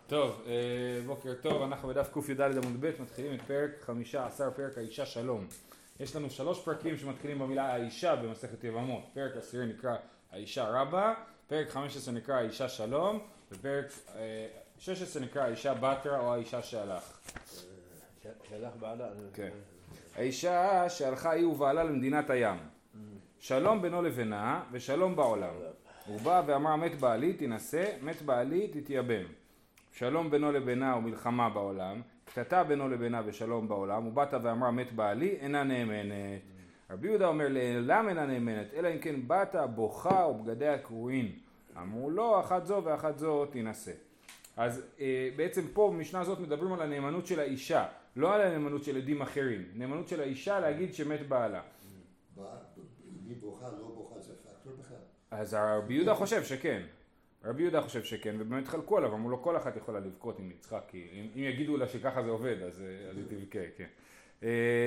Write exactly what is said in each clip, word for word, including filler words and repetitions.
טוב, בוקר טוב, אנחנו בדף ק"ד עמוד ב' מתחילים את פרק חמישה עשר, פרק האישה שלום. יש לנו שלוש פרקים שמתחילים במילה האישה במסכת יבמות. פרק עשירי נקרא האישה רבה, פרק חמש עשרה נקרא האישה שלום, ופרק שש עשרה נקרא האישה בתרה או האישה שהלך. שהלך בעלה. כן. האישה שהלכה היא ובעלה למדינת הים. שלום בינו לבינה ושלום בעולם. הוא בא ואמר מת בעלי תנסה, מת בעלי תתייבם. שלום בינו לבינה ומלחמה בעולם, קטטה בינו לבינה ושלום בעולם, ובאת ואמרה מת בעלי אינה נאמנת. רבי יהודה אומר למה אינה נאמנת, אלא אם כן באת בוכה ובגדיה קרועים. אמרו לו אחת זו ואחת זו תנסה. אז אה, בעצם פה במשנה הזאת מדברים על הנאמנות של האישה, לא על הנאמנות של עדים אחרים, נאמנות של האישה להגיד שמת בעלה. מי בוכה לא בוכה זה פקטור בכלל? אז רבי יהודה חושב שכן. רבי יהודה חושב שכן, ובאמת חלקו עליו, אמרו לו כל אחת יכולה לבכות עם יצחק, כי אם, אם יגידו לה שככה זה עובד, אז, אז היא תבכה, כן.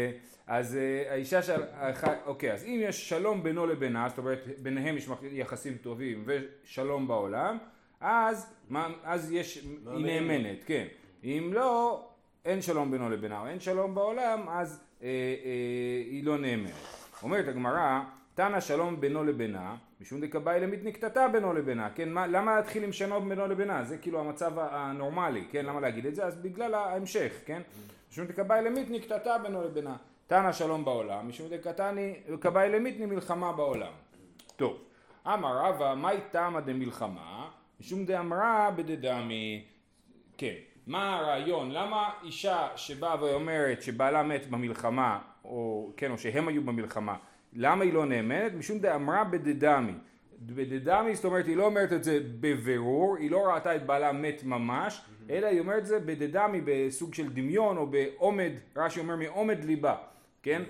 אז האישה של, אוקיי, אז אם יש שלום בינו לבינה, זאת אומרת, ביניהם יש יחסים טובים ושלום בעולם, אז, אז יש, היא נאמנת, כן. אם לא, אין שלום בינו לבינה, או אין שלום בעולם, אז אה, אה, היא לא נאמנת. אומרת הגמרא, תנא שלום בינו לבינה, משום דקבאי למית נקטטה בינו לבינה, כן? מה, למה להתחיל עם שלום בינו לבינה? זה כאילו המצב הנורמלי, כן? למה להגיד את זה? אז בגלל ההמשך, כן? משום דקבאי למית נקטטה בינו לבינה. תנא שלום בעולם, משום דקבאי למית מלחמה בעולם. טוב, אמר רבא, מהי טעמא דמלחמה? משום דאמרה בדדמי, כן. מה הרעיון? למה אישה שבאה ואומרת שבעלה מת במלחמה, או כן, או שהם היו במלחמה, למה היא לא נאמנת? משום דאמרה בדדמי. בדדמי, זאת אומרת, היא לא אומרת את זה בבירור, היא לא ראתה את בעלה מת ממש, אלא היא אומרת את זה בדדמי, בסוג של דמיון, או בעומד, רש"י אומר מעומד ליבה, כן?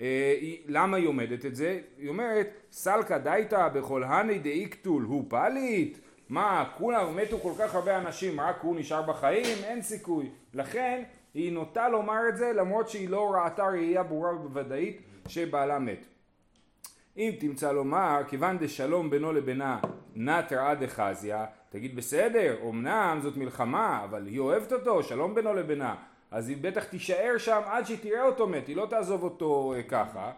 למה היא עומדת את זה? היא אומרת, סלקא דייתא בכל הני דאי קטול הוא פליט? מה, כולם מתו כל כך הרבה אנשים, רק הוא נשאר בחיים? אין סיכוי. לכן היא נוטה לומר את זה, למרות שהיא לא ראתה ראייה ברורה ובוודאית שבעלה מת. אם תמצא לומר, כיוון דשלום בינו לבינה נטרא דחזיא, תגיד בסדר, אמנם זאת מלחמה, אבל היא אוהבת אותו, שלום בינו לבינה, אז היא בטח תישאר שם עד שהיא תראה אותו מת, היא לא תעזוב אותו ככה.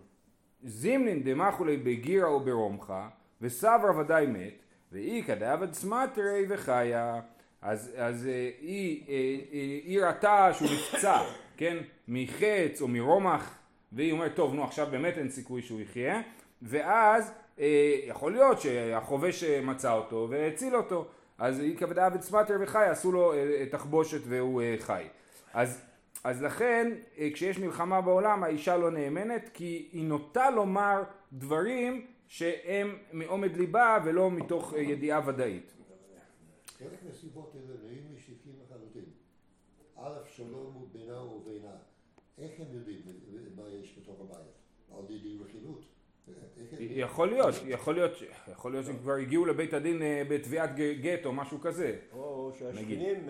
זימנין דמחולי בגירא או ברומחה, וסברא ודאי מת, ואי כדעבד סמטרי וחיה. אז, אז היא, היא, היא ראתה שהוא נפצע, כן, מחץ או מרומח, והיא אומרת, טוב, נו, עכשיו באמת אין סיכוי שהוא יחיה, ואז אה, יכול להיות שהחובש מצא אותו והציל אותו, אז היא כבדה עבד סמטר וחי, עשו לו אה, תחבושת והוא אה, חי. אז, אז לכן, אה, כשיש מלחמה בעולם, האישה לא נאמנת, כי היא נוטה לומר דברים שהם מעומד ליבה ולא מתוך אה, ידיעה ודאית. חלק מהסיבות האלה נראים משיקים לחלוטין. א', שלום בינה ובינה. איך הם יודעים מה יש בתוך הבית? על ידי רכילות? יכול להיות, יכול להיות, יכול להיות שהם כבר הגיעו לבית הדין בתביעת גט או משהו כזה. או שהשכנים...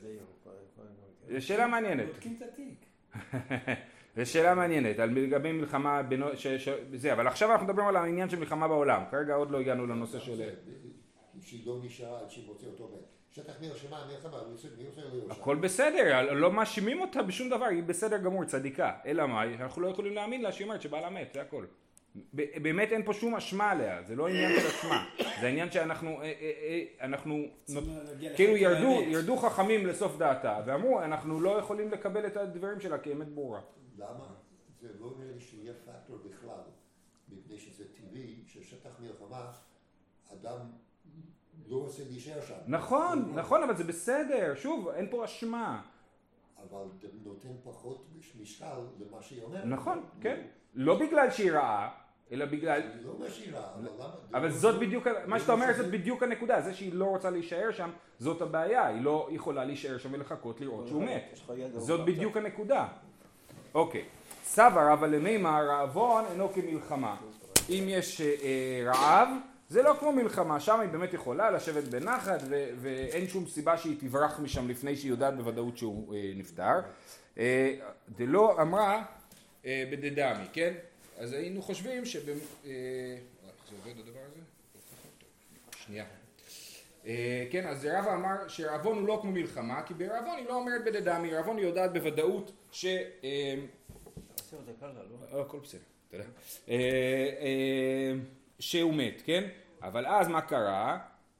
זו שאלה מעניינת. בודקים את התיק. זו שאלה מעניינת, על לגבי מלחמה, זה, אבל עכשיו אנחנו מדברים על העניין של מלחמה בעולם. כרגע עוד לא הגענו לנושא של... שהיא לא נשארה עד שהיא מוצא אותו מת. שטח מלחמה, מלחמה, מי רוצה להיות שם? הכל בסדר, לא מאשימים אותה בשום דבר, היא בסדר גמור, צדיקה. אלא מה, אנחנו לא יכולים להאמין לה שהיא אומרת שבעלה מת, זה הכל. באמת אין פה שום אשמה עליה, זה לא עניין של אשמה. זה העניין שאנחנו, אנחנו, כאילו ירדו, ירדו חכמים לסוף דעתה, ואמרו, אנחנו לא יכולים לקבל את הדברים שלה כאמת ברורה. למה? זה לא נראה לי שיהיה פקטור בכלל, מפני שזה טבעי, ששטח מלחמה, אדם לא רוצה להישאר שם. נכון, נכון, אבל זה בסדר, שוב, אין פה אשמה. אבל זה נותן פחות משקל למה שהיא אומרת. נכון, כן. לא בגלל שהיא רעה, אלא בגלל... לא מה שהיא רעה, אבל למה... אבל זאת בדיוק, מה שאתה אומר זאת בדיוק הנקודה, זה שהיא לא רוצה להישאר שם, זאת הבעיה, היא לא יכולה להישאר שם ולחכות לראות שהוא מת. זאת בדיוק הנקודה. אוקיי. סבר, אבל למימה, רעבון אינו כמלחמה. אם יש רעב, זה לא כמו מלחמה, שם היא באמת יכולה לשבת בנחת ו- ואין שום סיבה שהיא תברח משם לפני שהיא יודעת בוודאות שהוא אה, נפטר. אה, דלא אמרה אה, בדדמי, כן? אז היינו חושבים שב... אה, זה עובד הדבר הזה? שנייה. כן, אז רבא אמר שרעבון הוא לא כמו מלחמה, כי ברעבון היא לא אומרת בדדמי, רעבון היא יודעת בוודאות ש... עושה אותה ככה, לא? הכל בסדר, תודה. שהוא מת, כן? אבל אז מה קרה?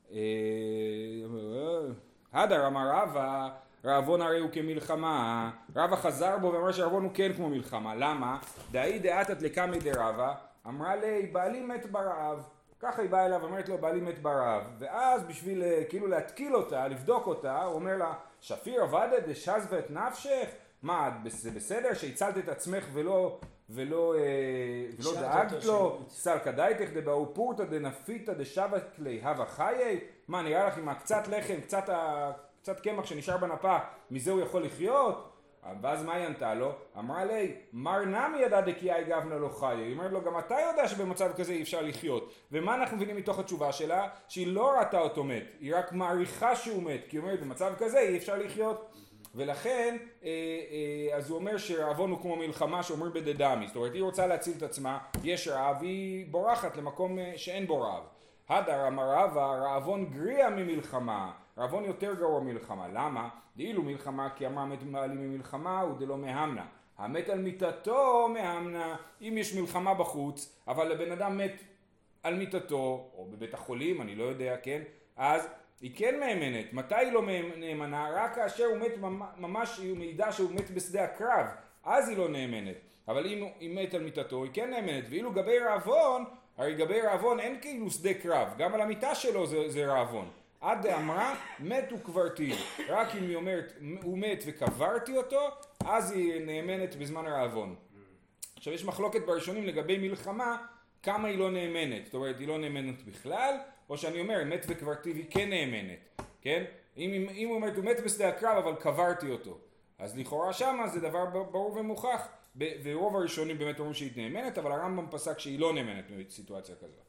הדר אמר רבא, רעבון הרי הוא כמלחמה, רבא חזר בו ואמר שרעבון הוא כן כמו מלחמה, למה? דאי דעתת לקמי דרבא, אמרה לי, בעלי מת ברעב, ככה היא באה אליו, אמרת לו, בעלי מת ברעב, ואז בשביל כאילו להתקיל אותה, לבדוק אותה, הוא אומר לה, שפיר עבדת דשז ואת נפשך? מה, זה בסדר שהצלת את עצמך ולא, ולא, ולא דאגת לו? סלקא דייתך דבאו פורתא דנפיתא דשבת כלי הווה חיי? מה, נראה לך עם הקצת לחם, קצת, קצת קמח שנשאר בנפה, מזה הוא יכול לחיות? ואז מה היא ענתה לו? אמרה לי, מר נמי ידע דקיאי גבנה לא חיי. היא אומרת לו, גם אתה יודע שבמצב כזה אי אפשר לחיות. ומה אנחנו מבינים מתוך התשובה שלה? שהיא לא ראתה אותו מת, היא רק מעריכה שהוא מת, כי היא אומרת, במצב כזה אי אפשר לחיות. ולכן, אז הוא אומר שרעבון הוא כמו מלחמה שאומרים בדדמי. זאת אומרת, היא רוצה להציל את עצמה, יש רעב, היא בורחת למקום שאין בו רעב. הדר אמר רבא, רעבון גריע ממלחמה, רעבון יותר גרוע ממלחמה. למה? דאילו מלחמה, כי אמר מת מעלי ממלחמה, ודלא מהמנה. המת על מיטתו מהמנה. אם יש מלחמה בחוץ, אבל לבן אדם מת על מיטתו, או בבית החולים, אני לא יודע, כן? אז היא כן מאמנת. מתי היא לא נאמנה? רק כאשר הוא מת ממש, היא מעידה שהוא מת בשדה הקרב, אז היא לא נאמנת. אבל אם היא מת על מיטתו, היא כן נאמנת. ואילו גבי רעבון, הרי גבי רעבון אין כאילו שדה קרב, גם על המיטה שלו זה, זה רעבון. עד אמרה, מת וקברתי. רק אם היא אומרת, הוא מת וקברתי אותו, אז היא נאמנת בזמן הרעבון. עכשיו יש מחלוקת בראשונים לגבי מלחמה, כמה היא לא נאמנת. זאת אומרת, היא לא נאמנת בכלל, או שאני אומר, מת וקברתי היא כן נאמנת. כן? אם, אם הוא אומרת, הוא מת בשדה הקרב, אבל קברתי אותו. אז לכאורה שמה זה דבר ברור ומוכח. ורוב הראשונים באמת אומרים שהיא נאמנת, אבל הרמב"ם פסק שהיא לא נאמנת בסיטואציה כזאת.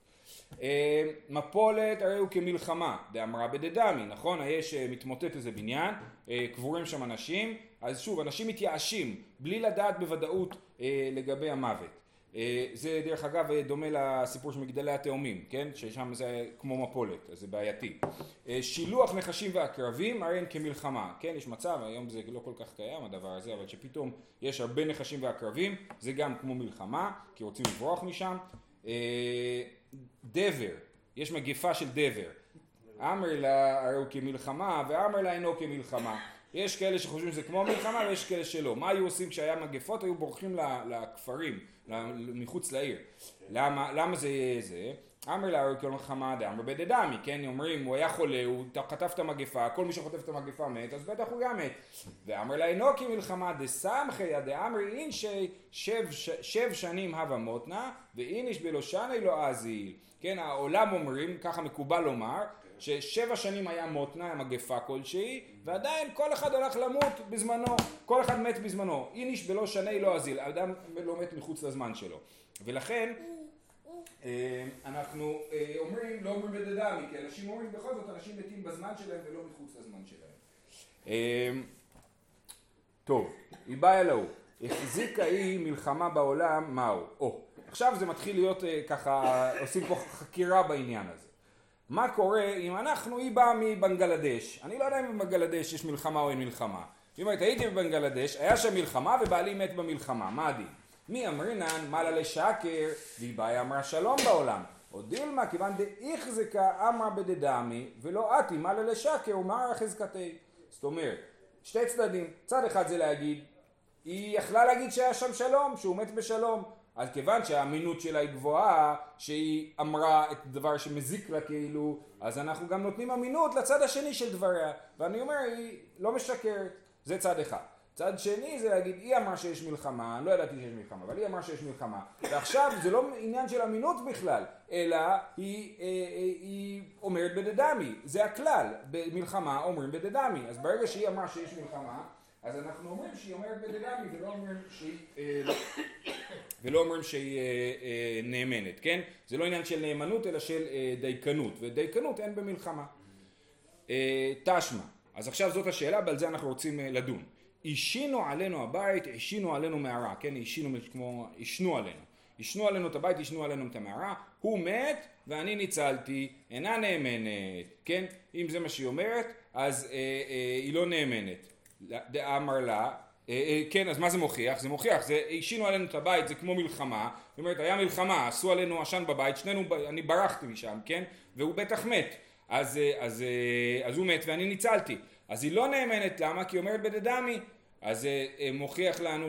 מפולת הרי הוא כמלחמה, דאמרה בדדמי, נכון? יש מתמוטט איזה בניין, קבורים שם אנשים, אז שוב, אנשים מתייאשים, בלי לדעת בוודאות לגבי המוות. זה דרך אגב דומה לסיפור של מגדלי התאומים, כן? ששם זה כמו מפולת, אז זה בעייתי. שילוח נחשים ועקרבים הרי הם כמלחמה, כן? יש מצב, היום זה לא כל כך קיים הדבר הזה, אבל שפתאום יש הרבה נחשים ועקרבים, זה גם כמו מלחמה, כי רוצים לברוח משם. דבר, יש מגיפה של דבר. אמר לה הרי הוא כמלחמה, ואמר לה אינו כמלחמה. יש כאלה שחושבים שזה כמו מלחמה ויש כאלה שלא. מה היו עושים כשהיה מגפות? היו בורחים לכפרים, מחוץ לעיר. למה, למה זה זה? אמר לה הרי כמלחמה דאמר בדדמי, כן? אומרים, הוא היה חולה, הוא חטף את המגפה, כל מי שחוטף את המגפה מת, אז בטח הוא גם מת. ואמר לה אינו כמלחמה דסמכי דאמר אינשי שב, שב שנים הווה מותנה, ואיניש בלושני לא אזיל. כן, העולם אומרים, ככה מקובל לומר, ששבע שנים היה מותנה, המגפה כלשהי, ועדיין כל אחד הלך למות בזמנו, כל אחד מת בזמנו. איניש בלא שני לא אזיל, האדם לא מת מחוץ לזמן שלו. ולכן אנחנו אומרים, לא אומרים בדדמי, כי אנשים אומרים בכל זאת, אנשים מתים בזמן שלהם ולא מחוץ לזמן שלהם. טוב, היא באה אלוהו, החזיקה היא מלחמה בעולם, מהו? או, עכשיו זה מתחיל להיות ככה, עושים פה חקירה בעניין הזה. מה קורה אם אנחנו, היא באה מבנגלדש, אני לא יודע אם בבנגלדש יש מלחמה או אין מלחמה. אם היית הייתי בבנגלדש, היה שם מלחמה ובעלי מת במלחמה, מה הדין? מי אמרינן, מעלה לשקר, והיא באה אמרה שלום בעולם. או דילמה, כיוון דאיחזקה אמרה בדדמי, ולא עתי מעלה לשקר ומערה חזקתי. זאת אומרת, שתי צדדים, צד אחד זה להגיד, היא יכלה להגיד שהיה שם שלום, שהוא מת בשלום. אז כיוון שהאמינות שלה היא גבוהה, שהיא אמרה את הדבר שמזיק לה כאילו, אז אנחנו גם נותנים אמינות לצד השני של דבריה. ואני אומר, היא לא משקרת, זה צד אחד. צד שני זה להגיד, היא אמרה שיש מלחמה, אני לא ידעתי שיש מלחמה, אבל היא אמרה שיש מלחמה. ועכשיו זה לא עניין של אמינות בכלל, אלא היא, היא, היא אומרת בדדמי, זה הכלל, במלחמה אומרים בדדמי. אז ברגע שהיא אמרה שיש מלחמה, אז אנחנו אומרים שהיא אומרת בדדמי ולא אומרים שהיא, ולא אומרים שהיא נאמנת, כן? זה לא עניין של נאמנות אלא של דייקנות, ודייקנות אין במלחמה. תשמע, אז עכשיו זאת השאלה, ועל זה אנחנו רוצים לדון. אישינו עלינו הבית, אישינו עלינו מערה, כן? אישינו כמו, אישנו עלינו. ישנו עלינו את הבית, ישנו עלינו את המערה, הוא מת ואני ניצלתי, אינה נאמנת, כן? אם זה מה שהיא אומרת, אז אה, אה, היא לא נאמנת. דאמר לה, אה, אה, כן, אז מה זה מוכיח? זה מוכיח, זה ישינו עלינו את הבית, זה כמו מלחמה, זאת אומרת, היה מלחמה, עשו עלינו עשן בבית, שנינו, אני ברחתי משם, כן? והוא בטח מת, אז, אה, אז, אה, אז הוא מת ואני ניצלתי. אז היא לא נאמנת, למה? כי היא אומרת בדדמי. אז אה, מוכיח לנו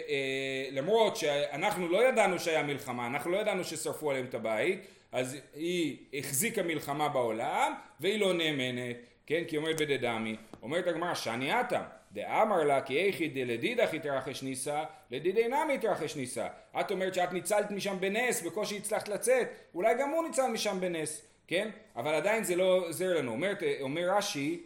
שלמרות אה, שאנחנו לא ידענו שהיה מלחמה, אנחנו לא ידענו ששרפו עליהם את הבית, אז היא החזיקה מלחמה בעולם והיא לא נאמנת, כן? כי היא אומרת בדדמי. אומרת הגמרא, שאני עתה, דאמר לה כי איכי דלדידך יתרחש ניסה, לדידי נמי יתרחש ניסה. את אומרת שאת ניצלת משם בנס, בקושי הצלחת לצאת, אולי גם הוא ניצל משם בנס, כן? אבל עדיין זה לא עוזר לנו. אומר, אומר רש"י,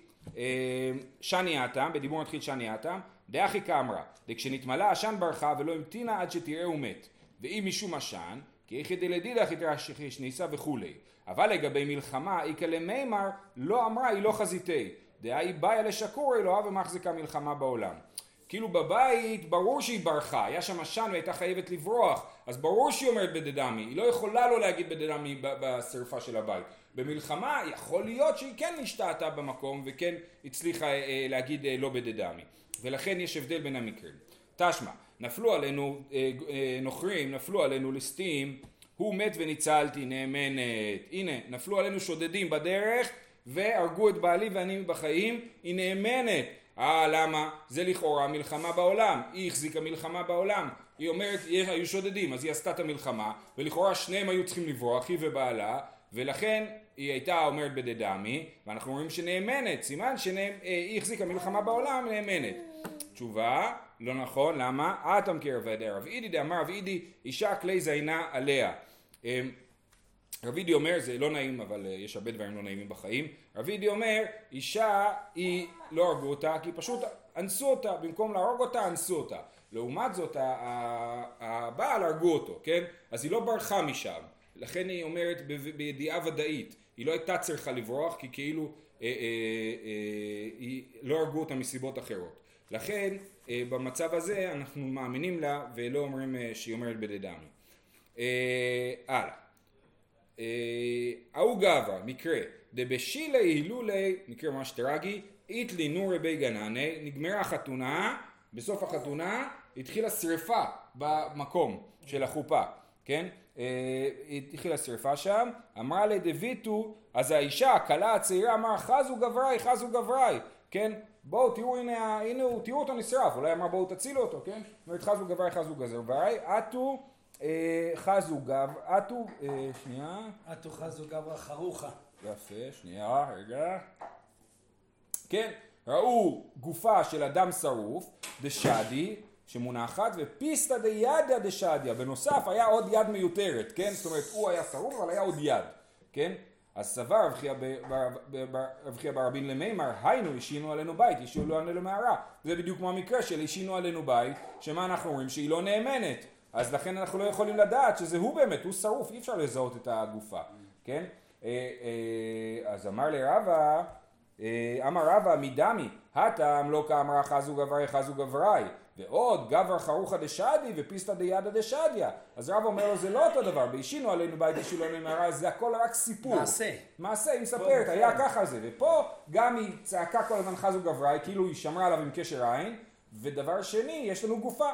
שאני עתם, בדיבור מתחיל שאני עתם, דאחי כאמרה, דכשנתמלא עשן ברחה ולא המתינה עד שתראה הוא מת, ואם משום עשן, כי איכי דלדידך יתרחש ניסה וכולי. אבל לגבי מלחמה, איקא למימר, לא אמרה, היא לא חזיתי. דעה היא באה לשקור אלוהה ומחזיקה מלחמה בעולם. כאילו בבית ברור שהיא ברחה, היה שם עשן והייתה חייבת לברוח, אז ברור שהיא אומרת בדדמי, היא לא יכולה לא להגיד בדדמי בשרפה של הבית. במלחמה יכול להיות שהיא כן השתעתה במקום וכן הצליחה אה, להגיד אה, לא בדדמי, ולכן יש הבדל בין המקרים. תשמע, נפלו עלינו אה, אה, נוכרים, נפלו עלינו ליסטים, הוא מת וניצלתי, נאמנת. הנה, נפלו עלינו שודדים בדרך והרגו את בעלי ואני בחיים, היא נאמנת. אה, למה? זה לכאורה מלחמה בעולם. היא החזיקה מלחמה בעולם. היא אומרת, היו שודדים, אז היא עשתה את המלחמה, ולכאורה שניהם היו צריכים לברוח, היא ובעלה, ולכן היא הייתה אומרת בדדמי, ואנחנו אומרים שנאמנת, סימן שהיא החזיקה מלחמה בעולם, נאמנת. תשובה, לא נכון, למה? אתם כרבי רב אידי דאמר רב אידי, אישה כלי זיינה עליה. רב אידי אומר, זה לא נעים, אבל יש הרבה דברים לא נעימים בחיים. רב אידי אומר, אישה היא לא הרגו אותה, כי פשוט אנסו אותה, במקום להרוג אותה, אנסו אותה. לעומת זאת, הבעל הרגו אותו, כן? אז היא לא ברחה משם. לכן היא אומרת בידיעה ודאית, היא לא הייתה צריכה לברוח, כי כאילו אה, אה, אה, היא לא הרגו אותה מסיבות אחרות. לכן, אה, במצב הזה אנחנו מאמינים לה, ולא אומרים אה, שהיא אומרת בדדמי. אה, הלאה. אהו גבר, מקרה, דבשילה הילולי, מקרה ממש טרגי, איתלי נורי בי גננה, נגמרה החתונה, בסוף החתונה התחילה שריפה במקום של החופה, כן? התחילה שריפה שם, אמרה לדויטו, אז האישה, הכלה הצעירה, אמרה חזו גבריי, חזו גבריי, כן? בואו תראו, הנה, הנה, תראו אותו נשרף, אולי אמרה בואו תצילו אותו, כן? אומרת חזו גבריי, חזו גבריי, עטו חזו גב, עטו, שנייה. עטו חזו גברא חרוכה. יפה, שנייה, רגע. כן, ראו גופה של אדם שרוף, דשדי, שמונחת, ופיסטה דידה דשדיה, בנוסף היה עוד יד מיותרת, כן? זאת אומרת, הוא היה שרוף, אבל היה עוד יד, כן? אז סבר רב חייא בר רבין למימר, היינו, השינו עלינו בית, השינו עלינו מערה. זה בדיוק כמו המקרה של השינו עלינו בית, שמה אנחנו אומרים? שהיא לא נאמנת. אז לכן אנחנו לא יכולים לדעת שזה הוא באמת, הוא שרוף, אי אפשר לזהות את הגופה, כן? אז אמר לרבא, אמר רבא מדמי, הטעם לא כאמרה חזו גברי חזו גברי, ועוד גבר חרוכה דשדי ופיסטה דידה דשדיה. אז רבא אומר לו זה לא אותו דבר, והשינו עלינו בית השינו עלינו מערה, זה הכל רק סיפור. מעשה. מעשה, היא מספרת, היה ככה זה, ופה גם היא צעקה כל הזמן חזו גברי, כאילו היא שמרה עליו עם קשר עין, ודבר שני, יש לנו גופה.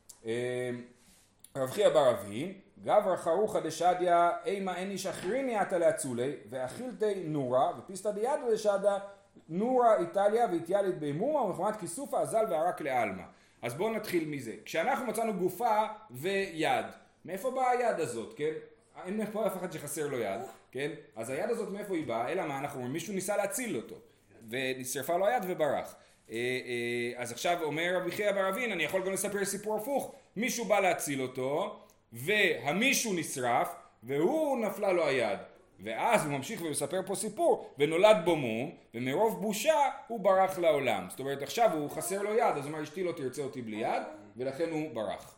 רב חייא בר אבי, גבר חרוכה דשדיה, אימה אין איש אחריני עתה לאצולי, ואכילתי נורה, ופיסטה דידה דשדיה, נורה איטליה ואיטיאלית בימומה, ומחמת כיסופה אזל וערק לעלמה. אז בואו נתחיל מזה. כשאנחנו מצאנו גופה ויד, מאיפה באה היד הזאת, כן? אין פה אף אחד שחסר לו יד, כן? אז היד הזאת מאיפה היא באה? אלא מה אנחנו אומרים? מישהו ניסה להציל אותו, ונשרפה לו היד וברח. אז עכשיו אומר רבי חייא בר אבי, אני יכול גם לספר סיפור הפוך. מישהו בא להציל אותו, והמישהו נשרף, והוא נפלה לו היד. ואז הוא ממשיך ומספר פה סיפור, ונולד בו מום, ומרוב בושה הוא ברח לעולם. זאת אומרת, עכשיו הוא חסר לו יד, אז הוא אומר, אשתי לא תרצה אותי בלי יד, ולכן הוא ברח.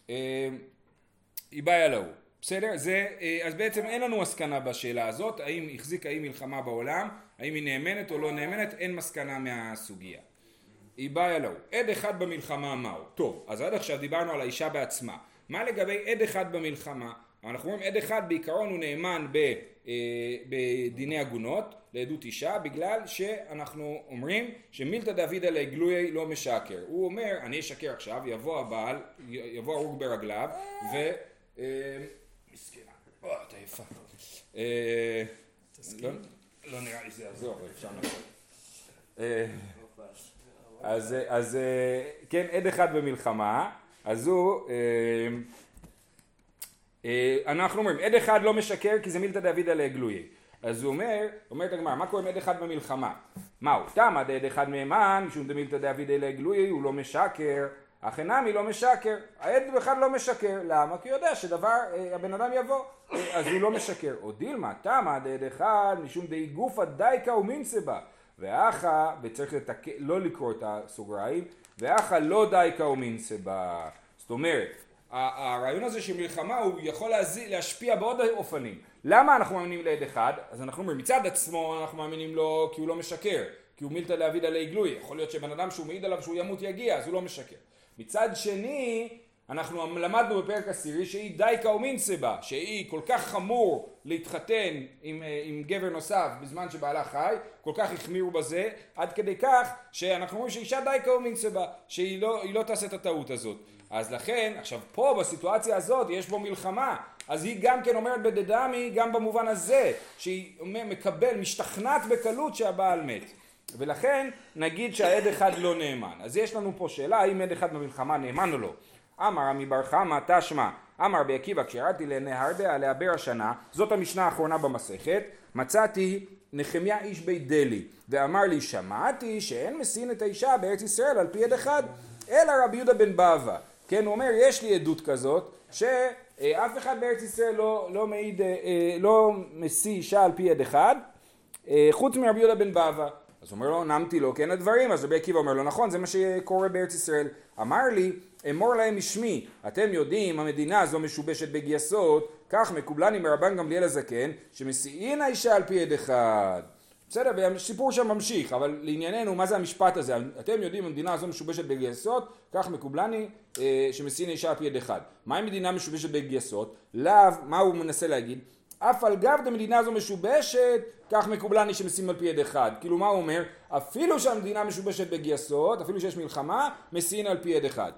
היא בעיה לו. בסדר? זה, אז בעצם אין לנו מסקנה בשאלה הזאת, האם החזיקה היא מלחמה בעולם, האם היא נאמנת או לא נאמנת, אין מסקנה מהסוגיה. היא בעיה לו. עד אחד במלחמה מהו. טוב, אז עד עכשיו דיברנו על האישה בעצמה. מה לגבי עד אחד במלחמה? אנחנו אומרים עד אחד בעיקרון הוא נאמן ב, אה, בדיני עגונות לעדות אישה, בגלל שאנחנו אומרים שמילתא דאבידא ליה גלויי לא משקר. הוא אומר אני אשקר עכשיו, יבוא הבעל, יבוא הרוג ברגליו ו... אה, מסכנה, או, אתה יפה. אה, לא, לא נראה לי זה יעזור, אפשר לעשות. אה, אז, אז כן, עד אחד במלחמה, אז הוא... אה, אנחנו אומרים, עד אחד לא משקר כי זה מילתא דאבידא ליה גלויי. אז הוא אומר, אומרת הגמרא, מה קורה עם עד אחד במלחמה? מהו? תמא דעד אחד נאמן, משום דמילתא דאבידא ליה גלויי, הוא לא משקר, אך אינמי לא משקר. העד אחד לא משקר, למה? כי הוא יודע שדבר, הבן אדם יבוא, אז הוא לא משקר. או דילמה, תמא דעד אחד, משום דאי גופא דייקה ומינצה בה, ואחא, וצריך לתק... לא לקרוא את הסוגריים, ואחא לא דייקה ומינצה בה. זאת אומרת, הרעיון הזה של מלחמה הוא יכול להשפיע בעוד אופנים. למה אנחנו מאמינים לעד אחד? אז אנחנו אומרים, מצד עצמו אנחנו מאמינים לו כי הוא לא משקר, כי הוא מילתא דאבידא ליה גלויי. יכול להיות שבן אדם שהוא מעיד עליו שהוא ימות יגיע, אז הוא לא משקר. מצד שני, אנחנו למדנו בפרק עשירי שהיא דייקה ומינצה בה, שהיא כל כך חמור להתחתן עם, עם גבר נוסף בזמן שבעלה חי, כל כך החמירו בזה, עד כדי כך שאנחנו אומרים שאישה דייקה ומינצה בה, שהיא לא, היא לא תעשה את הטעות הזאת. אז לכן, עכשיו פה בסיטואציה הזאת יש בו מלחמה, אז היא גם כן אומרת בדדמי, גם במובן הזה, שהיא מקבל, משתכנעת בקלות שהבעל מת. ולכן נגיד שהעד אחד לא נאמן. אז יש לנו פה שאלה, האם עד אחד במלחמה נאמן או לא? אמר רמי בר חמא תשמע, אמר רבי עקיבא כשירדתי לנהרדעא לעבר השנה, זאת המשנה האחרונה במסכת, מצאתי נחמיה איש בית דלי, ואמר לי שמעתי שאין מסין את האישה בארץ ישראל על פי עד אחד, אלא רבי יהודה בן בבא. כן, הוא אומר, יש לי עדות כזאת, שאף אחד בארץ ישראל לא, לא מעיד, לא משיא אישה על פי עד אחד, חוץ מרבי יהודה בן בבא. אז הוא אומר לו, נמתי לו, כן הדברים, אז רבי עקיבא אומר לו, נכון, זה מה שקורה בארץ ישראל. אמר לי, אמור להם משמי, אתם יודעים, המדינה הזו משובשת בגייסות, כך מקובלני מרבן גמליאל הזקן, שמסיעין האישה על פי עד אחד. בסדר, והסיפור שם ממשיך, אבל לענייננו, מה זה המשפט הזה? אתם יודעים, המדינה הזו משובשת בגייסות, כך מקובלני אה, שמסיעין האישה על פי עד אחד. מה אם מדינה משובשת בגייסות? לאו, מה הוא מנסה להגיד? אף על גב המדינה הזו משובשת, כך מקובלני שמסיעים על פי עד אחד. כאילו מה הוא אומר? אפילו שהמדינה משובשת בגייסות, אפילו שיש מלחמה, מסיעים על פי עד אחד.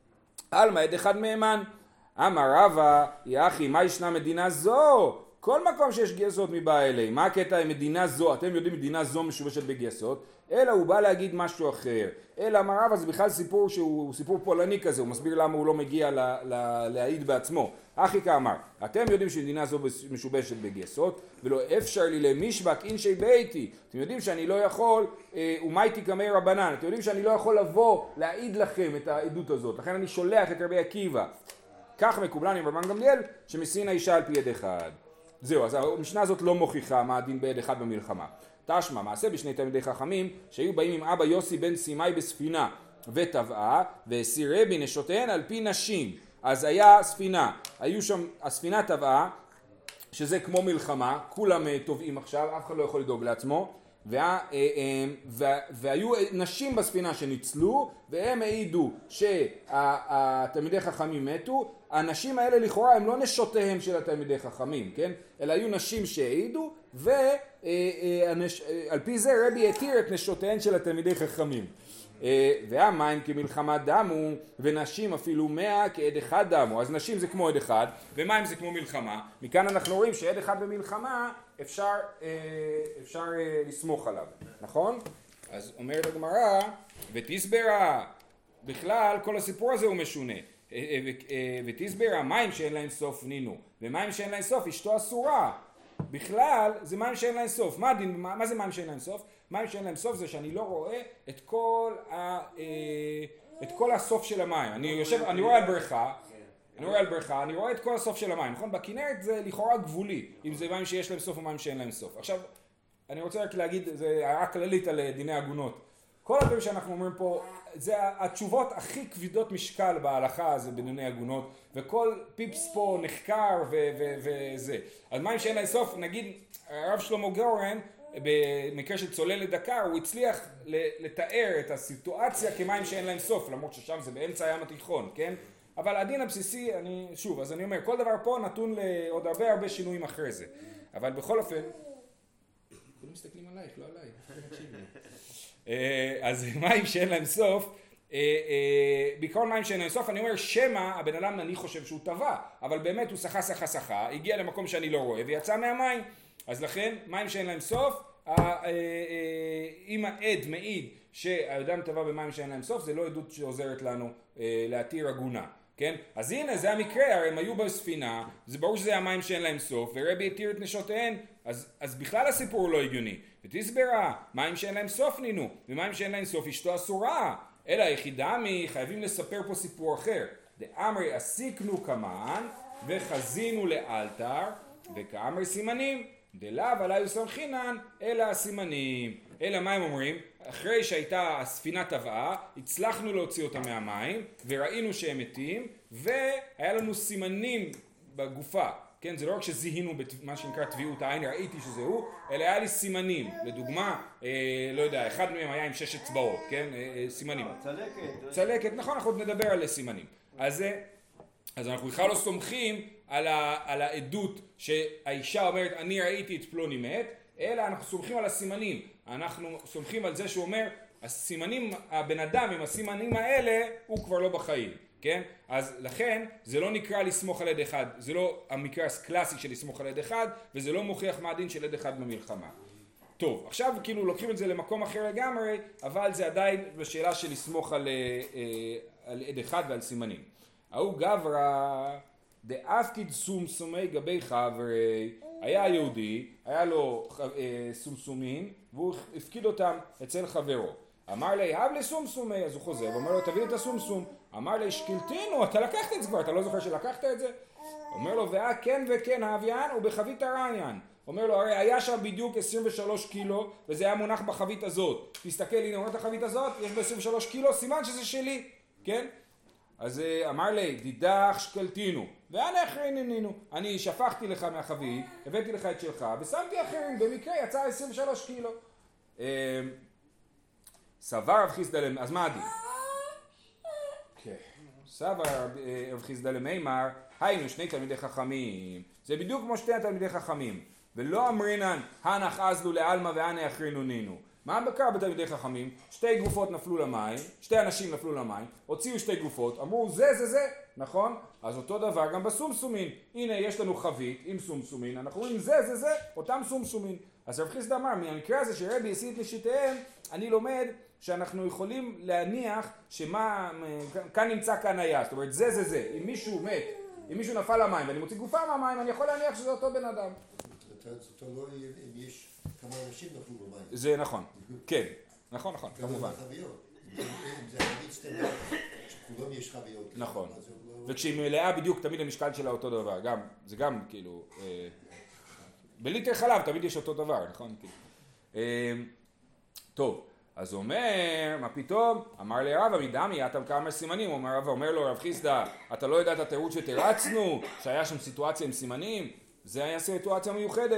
אלמה עד אחד מהימן. אמר רבא, יחי, מה ישנה מדינה זו? כל מקום שיש גייסות מבא אלי. מה הקטע עם מדינה זו? אתם יודעים מדינה זו משובשת בגייסות? אלא הוא בא להגיד משהו אחר. אלא אמר רבא, זה בכלל סיפור שהוא סיפור פולני כזה, הוא מסביר למה הוא לא מגיע לה, לה, להעיד בעצמו. אחי כאמר, אתם יודעים שמדינה זו משובשת בגייסות, ולא אפשר לי למשבק אינשי ביתי. אתם יודעים שאני לא יכול, אה, ומייתי קמי רבנן, אתם יודעים שאני לא יכול לבוא להעיד לכם את העדות הזאת, לכן אני שולח את רבי עקיבא. כך מקובלני עם רבן גמליאל, שמסיעין האישה על פי עד אחד. זהו, אז המשנה הזאת לא מוכיחה מה הדין בעד אחד במלחמה. תשמע, מעשה בשני תלמידי חכמים שהיו באים עם אבא יוסי בן סימאי בספינה וטבעה, והסיר רבי נשותיהן על פי נשים. אז היה ספינה, היו שם, הספינה טבעה, שזה כמו מלחמה, כולם טובעים עכשיו, אף אחד לא יכול לדאוג לעצמו, וה, וה, והיו נשים בספינה שניצלו, והם העידו שהתלמידי חכמים מתו. הנשים האלה לכאורה הם לא נשותיהם של התלמידי חכמים, כן? אלא היו נשים שהעידו, ועל פי זה רבי התיר את נשותיהן של התלמידי חכמים. והמים כמלחמה דמו, ונשים אפילו מאה כעד אחד דמו. אז נשים זה כמו עד אחד, ומים זה כמו מלחמה. מכאן אנחנו רואים שעד אחד במלחמה אפשר, אפשר לסמוך עליו, נכון? אז אומרת הגמרא, ותסברה, בכלל כל הסיפור הזה הוא משונה. ותסברה, מים שאין להם סוף נינו, ומים שאין להם סוף אשתו אסורה. בכלל זה מים שאין להם סוף. מה, דין, מה, מה זה מים שאין להם סוף? מים שאין להם סוף זה שאני לא רואה את כל, ה, את כל הסוף של המים. אני יושב, אני רואה על בריכה, אני רואה על בריכה, אני רואה את כל הסוף של המים, נכון? בכנרת זה לכאורה גבולי, אם זה מים שיש להם סוף או מים שאין להם סוף. עכשיו, אני רוצה רק להגיד, זה הערה כללית על דיני עגונות. כל הדברים שאנחנו אומרים פה, זה התשובות הכי כבדות משקל בהלכה הזה בדיני עגונות, וכל פיפס פה נחקר וזה. אז מים שאין להם סוף, נגיד, הרב שלמה גורן, במקרה של צוללת דקר, הוא הצליח לתאר את הסיטואציה כמים שאין להם סוף, למרות ששם זה באמצע הים התיכון, כן? אבל הדין הבסיסי, אני, שוב, אז אני אומר, כל דבר פה נתון לעוד הרבה הרבה שינויים אחרי זה. אבל בכל אופן, כולם מסתכלים עלייך, לא עליי. אז מים שאין להם סוף, בעיקרון מים שאין להם סוף, אני אומר, שמא הבן אדם אני חושב שהוא טבע, אבל באמת הוא שחה שחה שחה, הגיע למקום שאני לא רואה ויצא מהמים. אז לכן, מים שאין להם סוף, אם העד מעיד שהאדם טבע במים שאין להם סוף, זה לא עדות שעוזרת לנו להתיר עגונה. כן? אז הנה זה המקרה, הרי הם היו בספינה, זה ברור שזה המים שאין להם סוף, ורבי התיר את נשותיהן, אז, אז בכלל הסיפור הוא לא הגיוני. ותסברה, מים שאין להם סוף נינו, ומים שאין להם סוף אשתו אסורה, אלא היחידה מי, חייבים לספר פה סיפור אחר. דאמרי עסיקנו כמן, וחזינו לאלתר, וכאמרי סימנים, דלאו עליו סמכינן, אלא הסימנים. אלא מה הם אומרים? אחרי שהייתה הספינה טבעה, הצלחנו להוציא אותה מהמים, וראינו שהם מתים, והיה לנו סימנים בגופה. כן, זה לא רק שזיהינו במה שנקרא טביעות העין, ראיתי שזה הוא, אלא היה לי סימנים. לדוגמה, אה, לא יודע, אחד מהם היה עם שש אצבעות, כן? אה, אה, סימנים. צלקת. צלקת, נכון, אנחנו עוד נדבר על סימנים. אז, אז אנחנו בכלל לא סומכים על, ה, על העדות שהאישה אומרת, אני ראיתי את פלוני מת, אלא אנחנו סומכים על הסימנים. אנחנו סומכים על זה שהוא אומר, הסימנים, הבן אדם עם הסימנים האלה, הוא כבר לא בחיים. כן? אז לכן זה לא נקרא לסמוך על עד אחד, זה לא המקרה הקלאסי של לסמוך על עד אחד, וזה לא מוכיח מה הדין של עד אחד במלחמה. טוב, עכשיו כאילו לוקחים את זה למקום אחר לגמרי, אבל זה עדיין בשאלה של לסמוך על, על עד אחד ועל סימנים. ההוא גברא דאפקיד סומסומי גבי חברי, היה יהודי, היה לו סומסומים, והוא הפקיד אותם אצל חברו. אמר לי, הב לסומסומי, אז הוא חוזר, ואומר לו, תביא את הסומסום. אמר לי, שקלתינו, אתה לקחת את זה כבר, אתה לא זוכר שלקחת את זה? אומר לו, ואה כן וכן האביין, ובחבית הרעיין. אומר לו, הרי היה שם בדיוק עשרים ושלוש קילו, וזה היה מונח בחבית הזאת. תסתכל, הנה, רואה את החבית הזאת, יש בה עשרים ושלוש קילו, סימן שזה שלי, כן? אז אמר לי, דידך שקלתינו, ואנה אחרינינו, אני שפכתי לך מהחבית, הבאתי לך את שלך, ושמתי אחרים, במקרה יצא עשרים ושלוש קילו. סבר רב חיסדא, אז מה הדין? סבר רב חיסדא למימר, היינו שני תלמידי חכמים, זה בדיוק כמו שתי תלמידי חכמים, ולא אמרינן הנח אזלו לעלמא והנה אחרינו נינו. מה בקר בתלמידי חכמים? שתי גופות נפלו למים, שתי אנשים נפלו למים, הוציאו שתי גופות, אמרו זה זה זה, נכון? אז אותו דבר גם בסומסומין, הנה יש לנו חבית עם סומסומין, אנחנו רואים זה זה זה, אותם סומסומין. אז רב חיסדא אמר, מהמקרה הזה שרבי השיא את נשותיהם, אני לומד שאנחנו יכולים להניח שמה, כאן נמצא כאן היה, זאת אומרת זה זה זה, אם מישהו מת, אם מישהו נפל למים ואני מוציא גופה מהמים, אני יכול להניח שזה אותו בן אדם. זה תלוי אם יש כמה אנשים נפלו במים. זה נכון, כן, נכון, נכון, כמובן. אם זה חבית סטנדרט, שכולם יש חביות. נכון, וכשהיא מלאה בדיוק תמיד המשקל שלה אותו דבר, גם, זה גם כאילו, בליטר חלב תמיד יש אותו דבר, נכון? טוב. אז הוא אומר, מה פתאום? אמר לי רבא מדמי, אתה כמה סימנים, הוא אומר, אומר לו רב חיסדא, אתה לא יודע את התירוץ שתרצנו, שהיה שם סיטואציה עם סימנים? זה היה סיטואציה מיוחדת.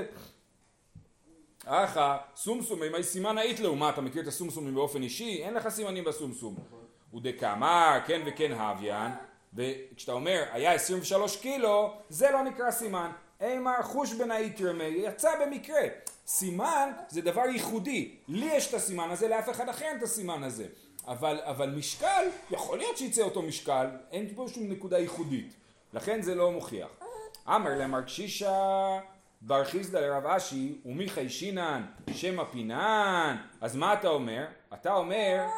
אחא, סומסום, מה סימן היית לו? מה, אתה מכיר את הסומסומים באופן אישי? אין לך סימנים בסומסום. הוא דקאמר, כן וכן הוויין, וכשאתה אומר, היה עשרים ושלוש קילו, זה לא נקרא סימן. אימר חוש בן היתרמי, יצא במקרה. סימן זה דבר ייחודי, לי יש את הסימן הזה, לאף אחד אחר אין את הסימן הזה, אבל, אבל משקל, יכול להיות שיצא אותו משקל, אין פה שום נקודה ייחודית, לכן זה לא מוכיח. אמר למר קשישה, בר חיסדא לרב אשי, ומי חיישינן, שם הפינן, אז מה אתה אומר? אתה אומר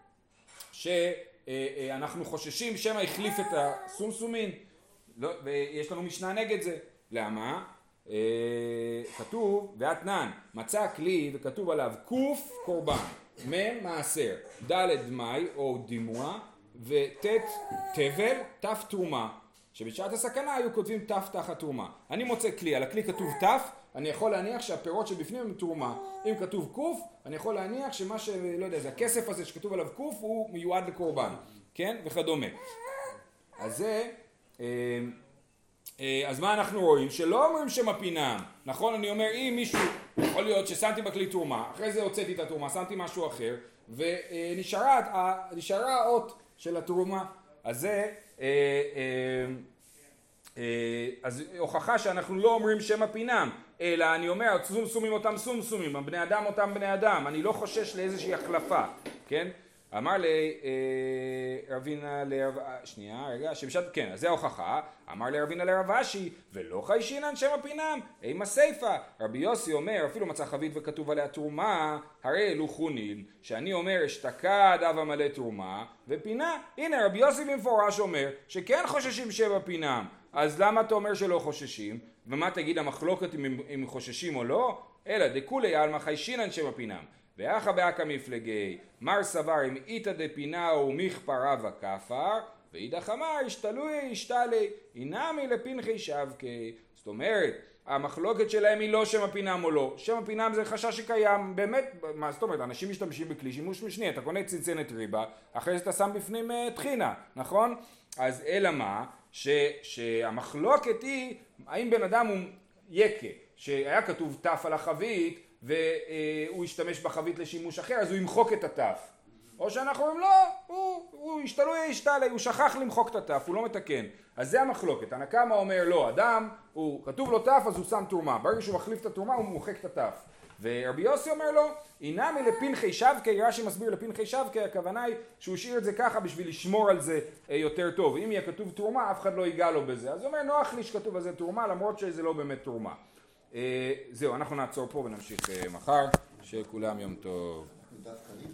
שאנחנו חוששים שמא החליף את הסומסומין, לא, ויש לנו משנה נגד זה, למה? Uh, כתוב ואתנן מצא כלי וכתוב עליו קוף קורבן מם מעשר ד' דמי או דימוע וט' תבל ת' תרומה שבשעת הסכנה היו כותבים ת' תחת תרומה. אני מוצא כלי, על הכלי כתוב ת', אני יכול להניח שהפירות שבפנים הם תרומה. אם כתוב קוף, אני יכול להניח שמה שלא יודע, זה הכסף הזה שכתוב עליו קוף הוא מיועד לקורבן, כן? וכדומה. אז זה uh, אז מה אנחנו רואים? שלא אומרים שם הפינם, נכון? אני אומר, אם מישהו, יכול להיות ששמתי בכלי תרומה, אחרי זה הוצאתי את התרומה, שמתי משהו אחר, ונשארה האות של התרומה, אז זה, אה, אה, אה, אז הוכחה שאנחנו לא אומרים שם הפינם, אלא אני אומר, סומסומים אותם סומסומים, הבני אדם אותם בני אדם, אני לא חושש לאיזושהי החלפה, כן? אמר לרבינה לרב... שנייה, רגע, שמשת... כן, אז זה ההוכחה. אמר לרבינה לרב אשי, ולא חיישינן שם הפינם, אימה סייפה. רבי יוסי אומר, אפילו מצא חבית וכתוב עליה תרומה, הרי אלו חונין, שאני אומר, אשתקד אב המלא תרומה, ופינה. הנה, רבי יוסי במפורש אומר, שכן חוששים שם הפינם. אז למה אתה אומר שלא חוששים? ומה תגיד המחלוקת אם הם חוששים או לא? אלא דכולי עלמא חיישינן שם הפינם. ואחא באקא מפלגי, מר סבר אם איתא דפינה ומכפרה וכפר, ואידך אמר השתלוי השתלי, אינמי לפנחי שבקי. זאת אומרת, המחלוקת שלהם היא לא שם הפינם או לא. שם הפינם זה חשש שקיים, באמת, מה זאת אומרת, אנשים משתמשים בכלי שימוש משני, אתה קונה צנצנת ריבה, אחרי זה אתה שם בפנים טחינה, נכון? אז אלא מה? ש, שהמחלוקת היא, האם בן אדם הוא יקה, שהיה כתוב תף על החבית, והוא ישתמש בחבית לשימוש אחר, אז הוא ימחוק את התף. או שאנחנו אומרים, לא, הוא, הוא ישתלוי ישתלי, הוא שכח למחוק את התף, הוא לא מתקן. אז זה המחלוקת. הנקמה אומר, לא, אדם, הוא כתוב לו תף, אז הוא שם תרומה. ברגע שהוא מחליף את התרומה, הוא מוחק את התף. ורבי יוסי אומר לו, אינמי לפנחי שבקי, רש"י מסביר לפנחי שבקי, הכוונה היא שהוא השאיר את זה ככה בשביל לשמור על זה יותר טוב. אם יהיה כתוב תרומה, אף אחד לא ייגע לו בזה. אז הוא אומר, נוח לי שכתוב על זה תרומה, למרות שזה לא באמת תרומה. זהו, אנחנו נעצור פה ונמשיך מחר, שכולם יום טוב.